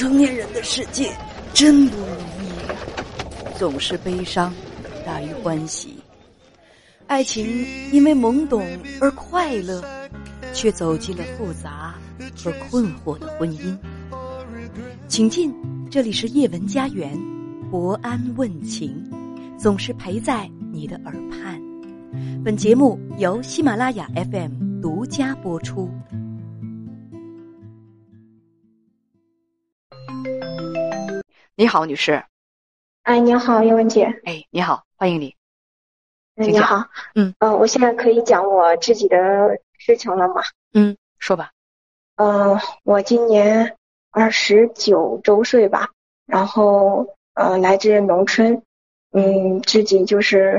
成年人的世界真不容易呀，总是悲伤大于欢喜。爱情因为懵懂而快乐，却走进了复杂和困惑的婚姻。请进，这里是叶文家园，博安问情，总是陪在你的耳畔。本节目由喜马拉雅 FM 独家播出。你好，女士。 哎，你好，叶文姐。 哎，你好，欢迎你。 你好。我现在可以讲我自己的事情了吗？ 说吧。 我今年29周岁吧，然后来自农村，自己就是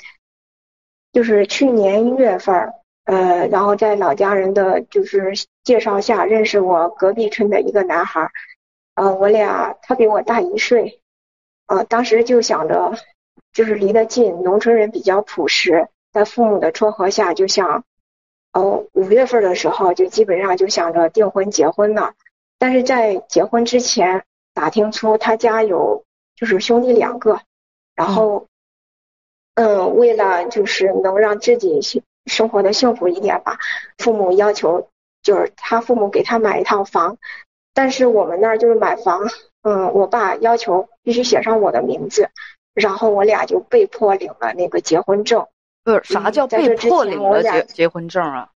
去年1月份，然后在老家人的就是介绍下认识我隔壁村的一个男孩，我俩他比我大1岁，当时就想着就是离得近，农村人比较朴实，在父母的撮合下就想5月份的时候就基本上就想着订婚结婚了。但是在结婚之前打听出他家有就是兄弟2个，然后为了就是能让自己生活的幸福一点吧，父母要求就是他父母给他买一套房，但是我们那儿就是买房，我爸要求必须写上我的名字，然后我俩就被迫领了那个结婚证。 不是，啥叫被迫领了结婚证啊？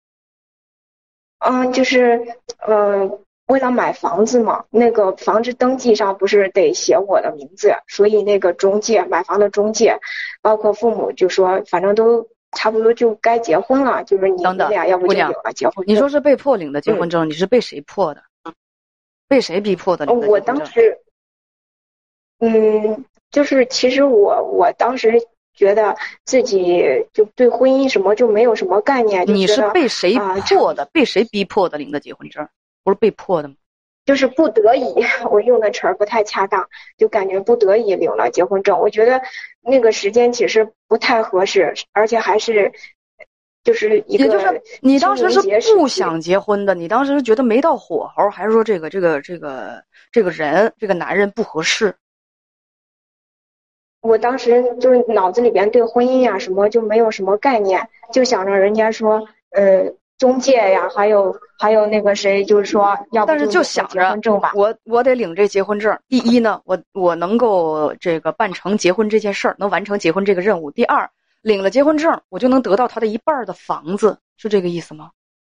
就是为了买房子嘛，那个房子登记上不是得写我的名字，所以那个中介买房的中介，包括父母就说反正都差不多就该结婚了，就是你俩要不就领了结婚证。 你说是被迫领的结婚证，你是被谁迫的？被谁逼迫的领的结婚证？ 我当时就是其实我当时觉得自己就对婚姻什么就没有什么概念。 你是被谁迫的？被谁逼迫的领的结婚证？不是被迫的吗？ 就是不得已，我用的词儿不太恰当，就感觉不得已领了结婚证。我觉得那个时间其实不太合适，而且还是就是一个，也就是你当时是不想结婚的，你当时是觉得没到火候，还是说这个人这个男人不合适？ 我当时就是脑子里边对婚姻呀什么就没有什么概念，就想着人家说中介呀，还有那个谁，就是说要不但是就想着结婚证吧，我得领这结婚证。第一呢，我能够这个办成结婚这件事儿，能完成结婚这个任务。第二，领了结婚证，我就能得到他的1半的房子，是这个意思吗？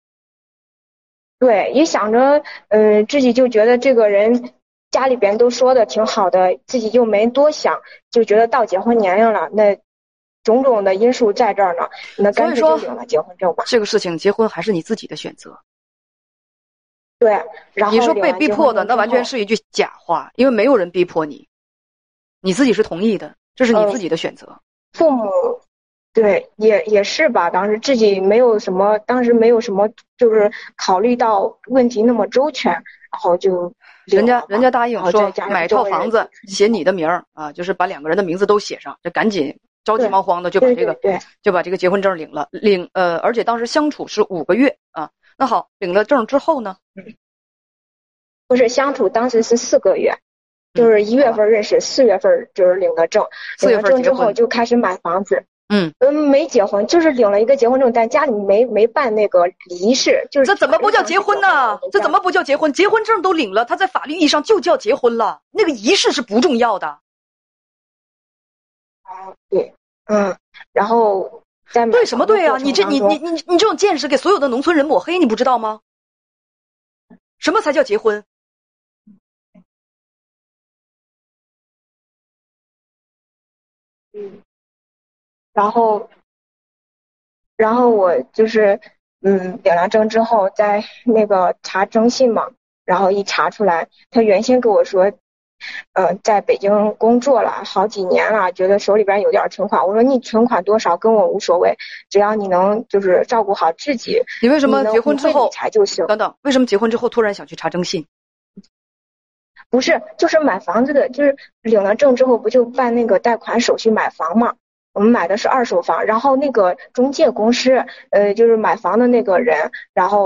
对，也想着自己就觉得这个人家里边都说的挺好的，自己又没多想，就觉得到结婚年龄了，那种种的因素在这儿呢，那干脆就领了结婚证吧。 这个事情结婚还是你自己的选择。 对，然后你说被逼迫的，那完全是一句假话，因为没有人逼迫你，你自己是同意的，这是你自己的选择。 父母对也是吧，当时自己没有什么，当时没有什么就是考虑到问题那么周全，然后就人家答应说买套房子写你的名儿啊，就是把2个人的名字都写上，就赶紧着急忙慌的就把这个结婚证领了，而且当时相处是5个月啊。那好，领了证之后呢？ 不是相处，当时是4个月，就是1月份认识，4月份就是领的证，4月份证之后就开始买房子。没结婚，就是领了一个结婚证，但家里没办那个仪式，就是这怎么不叫结婚呢？这怎么不叫结婚？结婚证都领了，他在法律意义上就叫结婚了，那个仪式是不重要的。 对，然后对什么对啊？你这种见识给所有的农村人抹黑，你不知道吗？什么才叫结婚？ 然后我就是领了证之后，在那个查征信嘛，然后一查出来，他原先跟我说在北京工作了好几年了，觉得手里边有点存款。我说你存款多少跟我无所谓，只要你能就是照顾好自己。 你为什么结婚之后理财就行？ 等等，为什么结婚之后突然想去查征信？ 不是，就是买房子的，就是领了证之后不就办那个贷款手续买房嘛？我们买的是2手房，然后那个中介公司就是买房的那个人，然后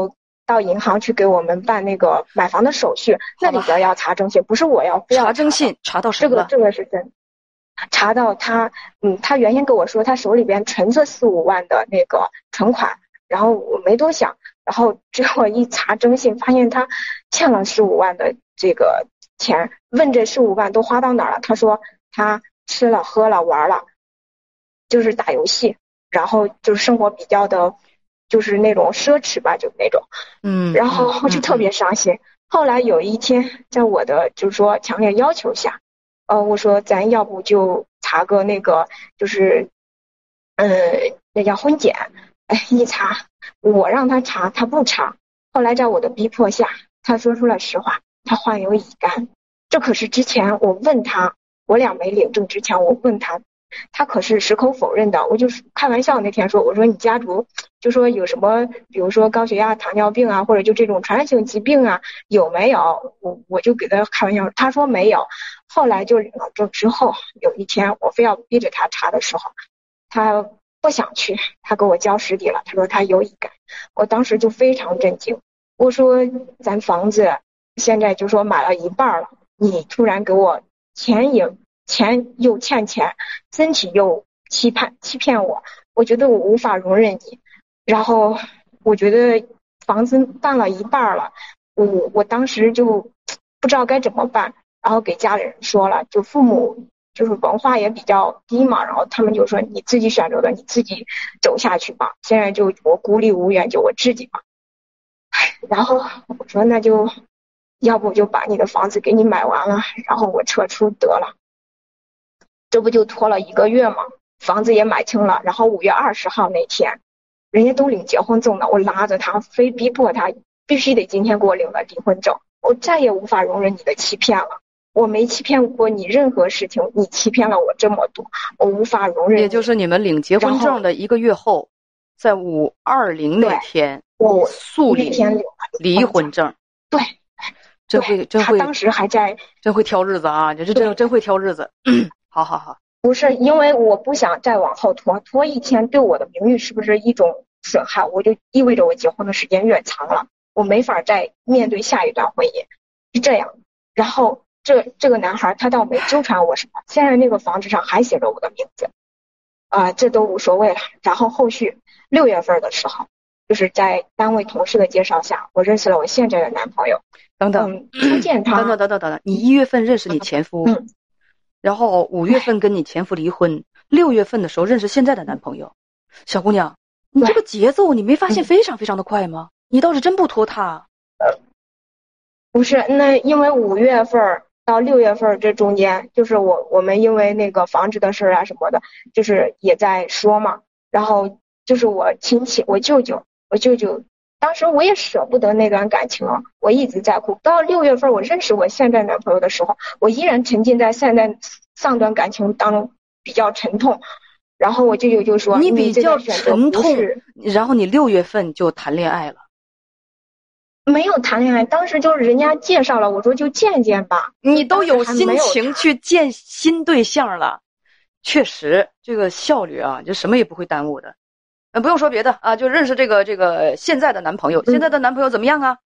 到银行去给我们办那个买房的手续，那里边要查征信，不是我要非要查征信，查到什么了？ 这个是真。查到他，他原先跟我说他手里边存着4、5万的那个存款，然后我没多想，然后之后一查征信，发现他欠了15万的这个钱，问这15万都花到哪儿了？他说他吃了喝了玩了，就是打游戏，然后就是生活比较的，就是那种奢侈吧，就那种，然后我就特别伤心。后来有一天，在我的就是说强烈要求下，我说咱要不就查个那个，就是那叫婚检，一查我让他查，他不查。后来在我的逼迫下，他说出了实话，他患有乙肝。这可是之前我问他，我俩没领证之前我问他，他可是矢口否认的。我就是开玩笑那天说，我说你家族就说有什么，比如说高血压、糖尿病啊，或者就这种传染性疾病啊，有没有？我就给他开玩笑，他说没有。后来就领了证之后，有一天我非要逼着他查的时候，他不想去，他给我交实底了，他说他有乙肝。我当时就非常震惊，我说咱房子现在就说买了一半了，你突然给我钱又欠钱，身体又欺骗我，我觉得我无法容忍你。然后我觉得房子办了一半了，我当时就不知道该怎么办，然后给家里人说了，就父母就是文化也比较低嘛，然后他们就说你自己选择的，你自己走下去吧，现在就我孤立无援，就我自己吧。然后我说那就要不就把你的房子给你买完了，然后我撤出得了。这不就拖了1个月吗？房子也买清了，然后5月20号那天，人家都领结婚证了，我拉着他，非逼迫他必须得今天给我领了离婚证。我再也无法容忍你的欺骗了，我没欺骗过你任何事情，你欺骗了我这么多，我无法容忍。 也就是你们领结婚证的1个月后，在520那天， 我速领离婚证。 对， 真会， 他当时还在， 真会挑日子啊！这真会挑日子。好， 不是因为我不想再往后拖一天，对我的名誉是不是一种损害？我就意味着我结婚的时间越长了，我没法再面对下一段婚姻，是这样。然后这个男孩他倒没纠缠我什么，现在那个房子上还写着我的名字，这都无所谓了。然后后续6月份的时候，就是在单位同事的介绍下，我认识了我现在的男朋友。初见他， 等，你1月份认识你前夫，然后5月份跟你前夫离婚，6月份的时候认识现在的男朋友。小姑娘，你这个节奏你没发现非常非常的快吗？你倒是真不拖沓。 不是，那因为5月份到6月份这中间，就是我们因为那个房子的事啊什么的，就是也在说嘛。然后就是我亲戚，我舅舅，当时我也舍不得那段感情啊，我一直在哭。到6月份我认识我现在男朋友的时候，我依然沉浸在上段感情当中，比较沉痛。然后我舅舅就说你比较沉痛，然后你6月份就谈恋爱了。 没有谈恋爱，当时就是人家介绍了，我说就见见吧。 你都有心情去见新对象了，确实这个效率啊，就什么也不会耽误的。不用说别的啊，就认识这个现在的男朋友。现在的男朋友怎么样啊？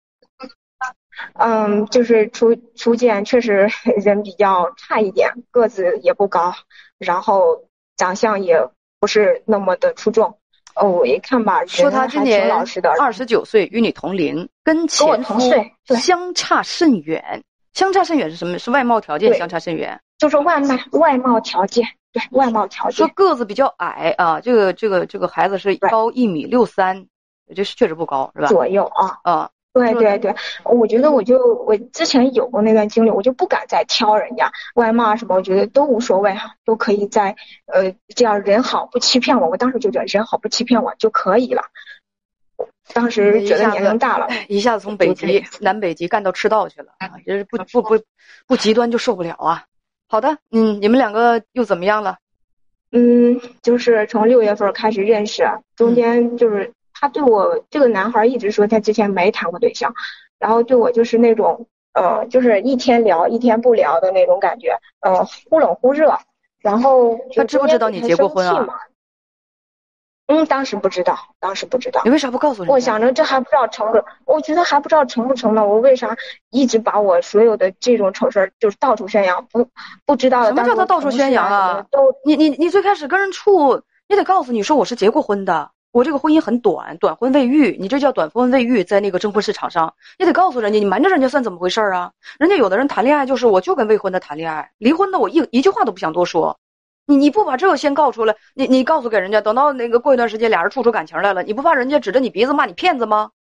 就是初见确实人比较差一点，个子也不高，然后长相也不是那么的出众。我一看吧， 说他今年29岁，与你同龄，跟前夫相差甚远。相差甚远是什么？是外貌条件相差甚远， 就是外貌条件。对，外貌条件。 说个子比较矮啊，这个孩子是高1.63米，这是确实不高，是吧？ 左右啊。对，我觉得我之前有过那段经历，我就不敢再挑人家外貌什么，我觉得都无所谓哈，都可以在这样人好不欺骗我，我当时就觉得人好不欺骗我就可以了。当时觉得年龄大了， 一下子从南北极干到赤道去了啊，就是不极端就受不了啊。好的，你们两个又怎么样了？ 就是从6月份开始认识，中间就是他对我这个男孩一直说他之前没谈过对象，然后对我就是那种就是一天聊一天不聊的那种感觉，忽冷忽热。然后他知不知道你结过婚啊？ 当时不知道，当时不知道。 你为啥不告诉人家？ 我想着这还不知道成不，我觉得还不知道成不成呢。我为啥一直把我所有的这种丑事儿就是到处宣扬？不知道的。 什么叫他到处宣扬啊？你最开始跟人处，你得告诉你说我是结过婚的，我这个婚姻很短，短婚未育，你这叫短婚未育，在那个征婚市场上，你得告诉人家，你瞒着人家算怎么回事啊？人家有的人谈恋爱就是我就跟未婚的谈恋爱，离婚的我一句话都不想多说。你不把这个先告出来，你告诉给人家，等到那个过一段时间俩人处出感情来了，你不怕人家指着你鼻子骂你骗子吗？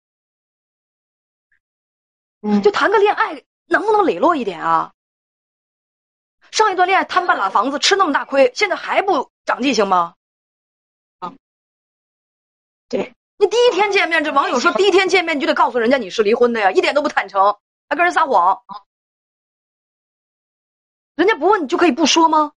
就谈个恋爱能不能磊落一点啊？上一段恋爱摊半拉房子吃那么大亏，现在还不长记性吗？ 对， 你第一天见面，这网友说第一天见面你就得告诉人家你是离婚的呀，一点都不坦诚，还跟人撒谎，人家不问你就可以不说吗？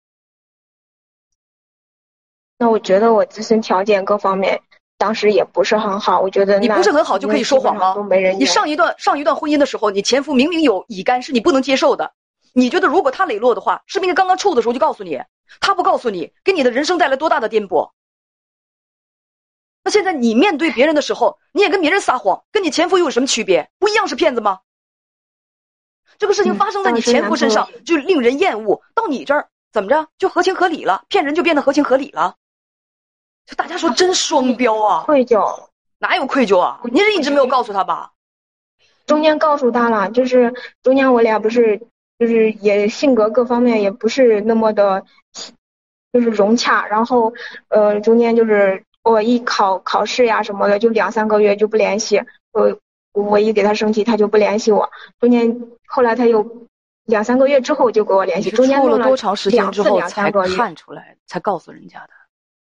那我觉得我自身条件各方面当时也不是很好，我觉得你不是很好就可以说谎吗？你上一段婚姻的时候，你前夫明明有乙肝是你不能接受的，你觉得如果他磊落的话，是不是应该刚刚处的时候就告诉你？他不告诉你，给你的人生带来多大的颠簸？那现在你面对别人的时候，你也跟别人撒谎，跟你前夫又有什么区别？不一样是骗子吗？这个事情发生在你前夫身上就令人厌恶，到你这儿怎么着就合情合理了，骗人就变得合情合理了。就大家说真双标啊！ 愧疚？ 哪有愧疚啊？你是一直没有告诉他吧？ 中间告诉他了，就是中间我俩不是就是也性格各方面也不是那么的，就是融洽，然后中间就是我一考试呀什么的，就2-3个月就不联系，我一给他生气他就不联系我，中间后来他又2-3个月之后就给我联系，中间处了多长时间之后才看出来，才告诉人家的？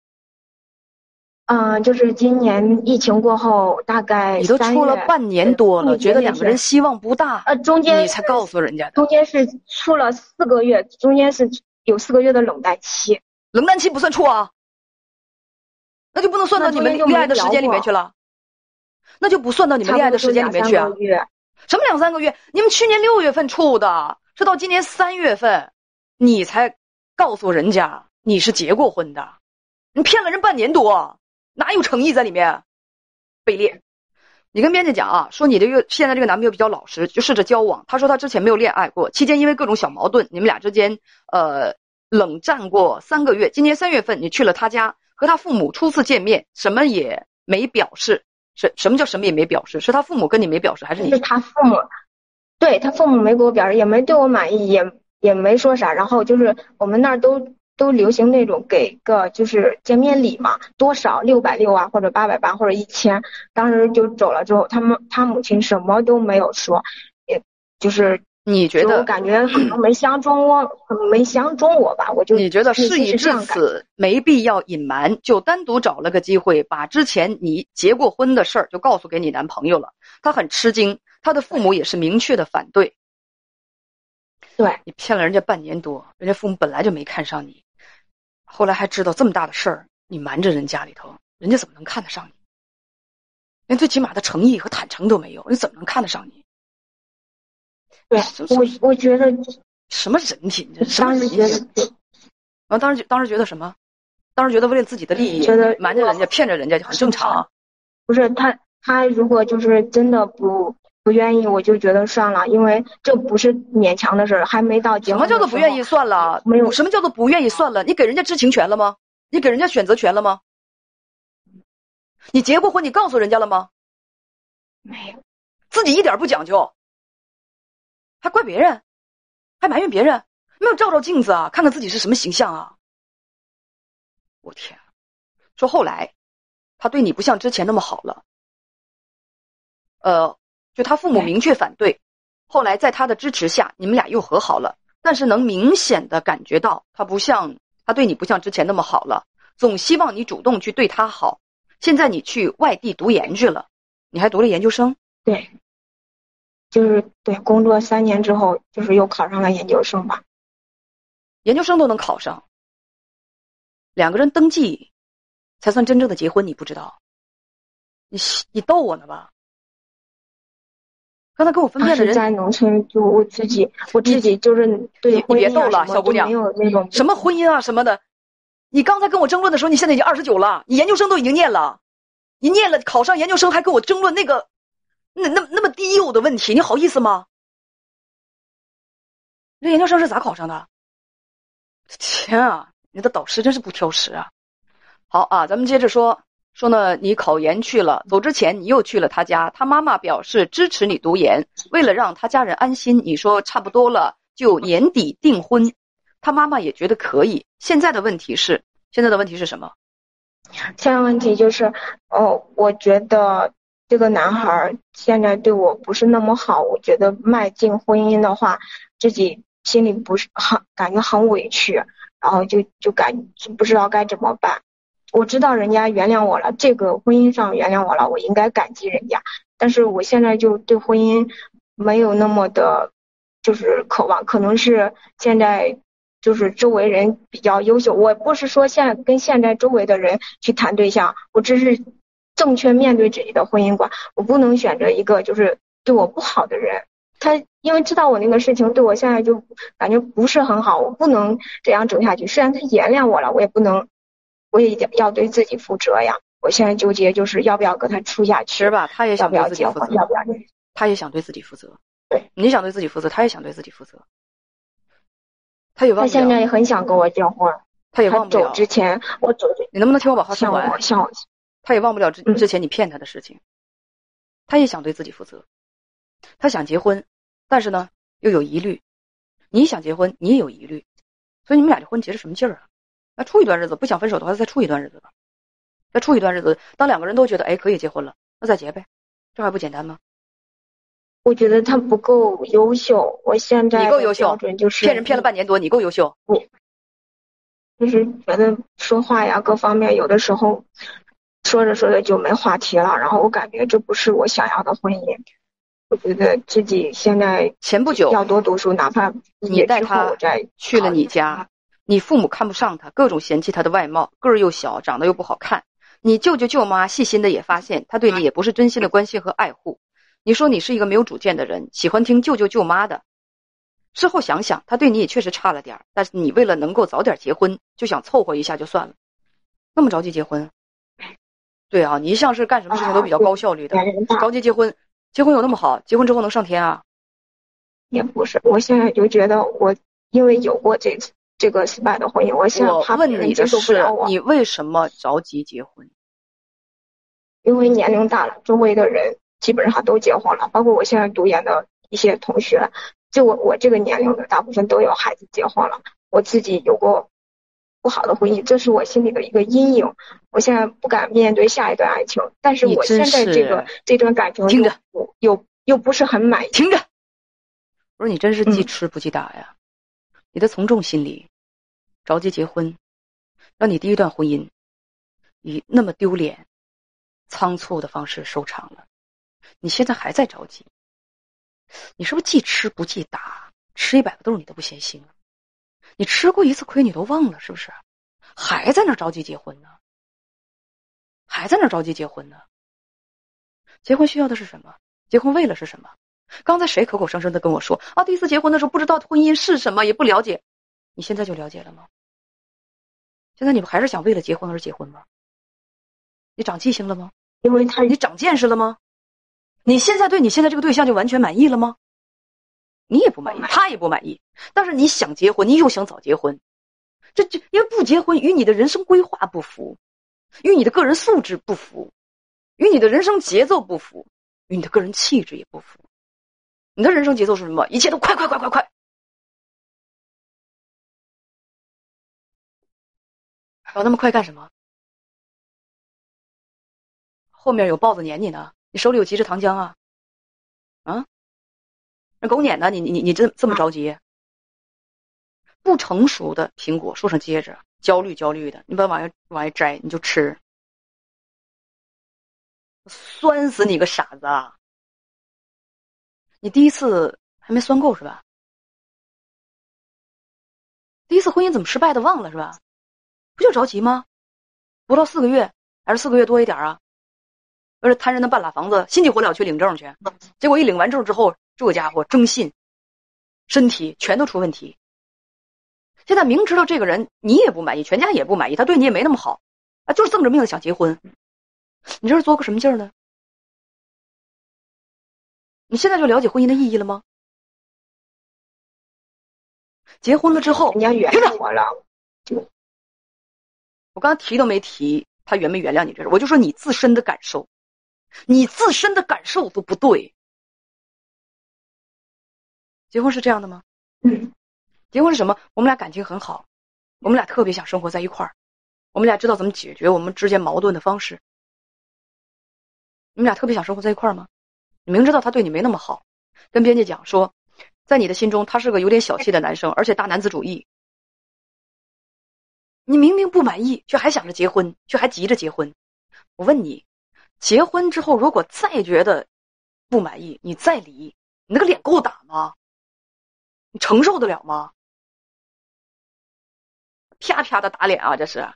就是今年疫情过后，大概你都处了半年多了，觉得两个人希望不大， 中间你才告诉人家的。 中间是处了4个月，中间是有4个月的冷淡期。 冷淡期不算处啊，那就不能算到你们恋爱的时间里面去了，那就不算到你们恋爱的时间里面去啊。什么2-3个月？你们去年6月份处的，是到今年3月份，你才告诉人家你是结过婚的，你骗了人半年多。哪有诚意在里面？卑劣！你跟编辑讲啊，说你这个现在这个男朋友比较老实，就试着交往。他说他之前没有恋爱过，期间因为各种小矛盾，你们俩之间冷战过3个月。今年3月份你去了他家，和他父母初次见面，什么也没表示。什么叫什么也没表示？是他父母跟你没表示，还是你？ 是他父母，对他父母没给我表示，也没对我满意，也没说啥。然后就是我们那儿都流行那种给个就是见面礼嘛，多少660啊，或者880或者1000。当时就走了之后，他母亲什么都没有说，也就是你觉得？ 我感觉可能没相中我吧，我就你觉得事已至此没必要隐瞒，就单独找了个机会把之前你结过婚的事儿就告诉给你男朋友了。他很吃惊，他的父母也是明确的反对。 对， 你骗了人家半年多，人家父母本来就没看上你。后来还知道这么大的事儿，你瞒着人家里头，人家怎么能看得上你？连最起码的诚意和坦诚都没有，你怎么能看得上你？ 对，我觉得什么人品？当时觉得，当时觉得什么？当时觉得为了自己的利益， 觉得瞒着人家、骗着人家就很正常。 不是他如果就是真的不愿意，我就觉得算了，因为这不是勉强的事儿，还没到结婚。 什么叫做不愿意算了？ 没有。 什么叫做不愿意算了？你给人家知情权了吗？你给人家选择权了吗？你结过婚，你告诉人家了吗？ 没有。 自己一点不讲究，还怪别人，还埋怨别人，没有照照镜子啊，看看自己是什么形象啊！我天，说后来他对你不像之前那么好了。就他父母明确反对，后来在他的支持下，你们俩又和好了。但是能明显的感觉到，他对你不像之前那么好了，总希望你主动去对他好。现在你去外地读研去了，你还读了研究生？ 对，就是对，工作3年之后，就是又考上了研究生吧。 研究生都能考上，2个人登记才算真正的结婚，你不知道？你逗我呢吧？刚才跟我分辨的人在农村，就我自己就是对婚姻你别逗了，小姑娘， 没有那种什么婚姻啊什么的， 你刚才跟我争论的时候，你现在已经29了，你研究生都已经念了，你念了考上研究生还跟我争论那个那么低幼的问题，你好意思吗？你这研究生是咋考上的？天啊，你的导师真是不挑食啊！好啊，咱们接着说呢，你考研去了，走之前你又去了他家，他妈妈表示支持你读研，为了让他家人安心，你说差不多了就年底订婚，他妈妈也觉得可以。现在的问题是什么？ 现在问题就是，我觉得这个男孩现在对我不是那么好，我觉得迈进婚姻的话，自己心里不是感觉很委屈，然后就不知道该怎么办。我知道人家原谅我了，这个婚姻上原谅我了，我应该感激人家，但是我现在就对婚姻没有那么的，就是渴望，可能是现在就是周围人比较优秀，我不是说跟现在周围的人去谈对象，我只是正确面对自己的婚姻观，我不能选择一个就是对我不好的人。他因为知道我那个事情对我现在就感觉不是很好，我不能这样走下去。虽然他原谅我了，我也要对自己负责呀。我现在纠结就是要不要跟他处下去， 是吧？他也想对自己负责， 要不要他也想对自己负责。 对， 你想对自己负责，他也想对自己负责。他也忘不了。 他现在也很想跟我结婚， 他也忘不了。 走之前， 你能不能听我把话说完？他也忘不了之前你骗他的事情。他也想对自己负责，他想结婚，但是呢又有疑虑。你想结婚，你也有疑虑，所以你们俩这婚结着什么劲儿啊？那处一段日子，不想分手的话，再处一段日子吧。再处一段日子，当两个人都觉得可以结婚了，那再结呗，这还不简单吗？ 我觉得他不够优秀，我现在你够优秀， 标准就是骗人骗了半年多，你够优秀。 就是觉得说话呀各方面有的时候说着就没话题了，然后我感觉这不是我想要的婚姻。我觉得自己现在前不久要多读书，哪怕你带他去了你家，你父母看不上他，各种嫌弃他的外貌，个儿又小，长得又不好看。你舅舅舅妈细心的也发现他对你也不是真心的关心和爱护。你说你是一个没有主见的人，喜欢听舅舅舅妈的。事后想想，他对你也确实差了点，但是你为了能够早点结婚，就想凑合一下就算了。那么着急结婚？对啊，你一向是干什么事情都比较高效率的，着急结婚，结婚有那么好？结婚之后能上天啊？ 也不是，我现在就觉得我因为有过这个失败的婚姻，我现在怕别人接受不了我。 你为什么着急结婚？ 因为年龄大了，周围的人基本上都结婚了，包括我现在读研的一些同学，就我这个年龄的大部分都有孩子结婚了。我自己有过不好的婚姻，这是我心里的一个阴影。我现在不敢面对下一段爱情，但是我现在这段感情又不是很满意。 听着，我说你真是记吃不记打呀！你的从众心理，着急结婚，让你第一段婚姻以那么丢脸、仓促的方式收场了。你现在还在着急，你是不是记吃不记打？吃100个豆你都不嫌腥了？你吃过一次亏你都忘了是不是？还在那着急结婚呢？还在那着急结婚呢？结婚需要的是什么？结婚为了是什么？刚才谁口口声声的跟我说啊，第一次结婚的时候不知道婚姻是什么，也不了解。你现在就了解了吗？现在你不还是想为了结婚而结婚吗？你长记性了吗？ 因为你长见识了吗？你现在对你现在这个对象就完全满意了吗？你也不满意，他也不满意。但是你想结婚，你又想早结婚，这因为不结婚与你的人生规划不符，与你的个人素质不符，与你的人生节奏不符，与你的个人气质也不符。你的人生节奏是什么？一切都快！搞那么快干什么？后面有豹子撵你呢，你手里有急着糖浆啊？啊？那狗撵呢？你这么着急？不成熟的苹果树上结着，焦虑的，你把往外摘，你就吃，酸死你个傻子啊！你第一次还没酸够是吧？第一次婚姻怎么失败的忘了是吧？不就着急吗？不到4个月，还是4个月多一点啊？而且贪人的半拉房子，心急火燎去领证去，结果一领完证之后，这家伙征信、身体全都出问题。 现在明知道这个人你也不满意，全家也不满意，他对你也没那么好，啊，就是瞪着命的想结婚，你这是作个什么劲儿呢？你现在就了解婚姻的意义了吗？结婚了之后， 人家原谅我了， 我刚刚提都没提他原没原谅你这事，我就说你自身的感受，你自身的感受都不对。结婚是这样的吗？结婚是什么？我们俩感情很好，我们俩特别想生活在一块儿，我们俩知道怎么解决我们之间矛盾的方式。你们俩特别想生活在一块儿吗？你明知道他对你没那么好，跟编辑讲说，在你的心中他是个有点小气的男生，而且大男子主义。你明明不满意，却还想着结婚，却还急着结婚。我问你，结婚之后如果再觉得不满意，你再离，你那个脸够打吗？你承受得了吗？啪啪的打脸啊，这是。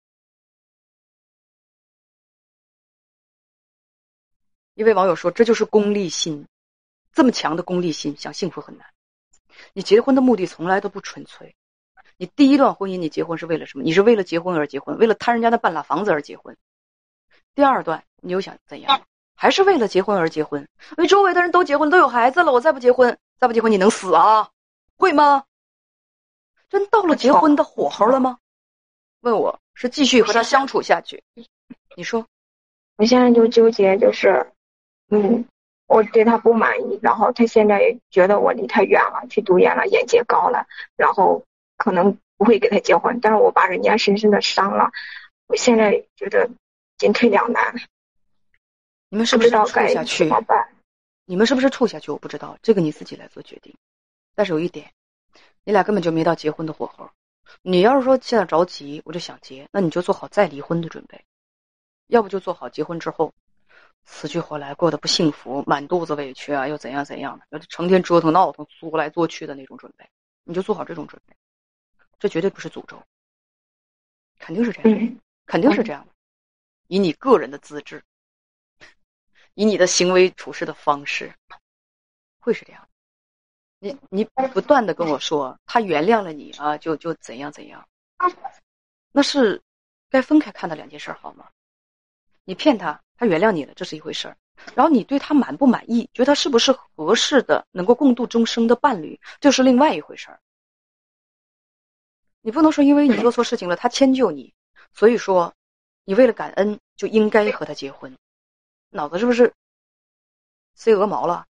一位网友说，这就是功利心，这么强的功利心，想幸福很难。你结婚的目的从来都不纯粹。你第一段婚姻，你结婚是为了什么？你是为了结婚而结婚，为了贪人家的半拉房子而结婚。第二段，你又想怎样？还是为了结婚而结婚？因为周围的人都结婚，都有孩子了，我再不结婚，你能死啊？会吗？真到了结婚的火候了吗？问我是继续和他相处下去？你说？ 我现在就纠结，就是我对他不满意，然后他现在也觉得我离他远了，去读研了，眼界高了，然后可能不会给他结婚，但是我把人家深深的伤了，我现在觉得进退两难。 你们是不是处下去？ 怎么办？ 你们是不是处下去？我不知道，这个你自己来做决定。但是有一点，你俩根本就没到结婚的火候。你要是说现在着急，我就想结，那你就做好再离婚的准备，要不就做好结婚之后死去活来过得不幸福，满肚子委屈啊，又怎样怎样的，要成天折腾闹腾，作来作去的那种准备，你就做好这种准备。这绝对不是诅咒，肯定是这样，肯定是这样的。以你个人的资质，以你的行为处事的方式，会是这样。你不断的跟我说他原谅了你啊，就怎样怎样，那是该分开看的两件事，好吗？你骗他，他原谅你了，这是一回事儿。然后你对他满不满意，觉得他是不是合适的能够共度终生的伴侣，这是另外一回事儿。你不能说因为你做错事情了，他迁就你，所以说你为了感恩就应该和他结婚，脑子是不是塞鹅毛了？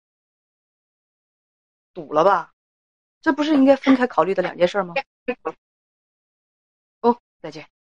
堵了吧？这不是应该分开考虑的两件事吗？哦，再见。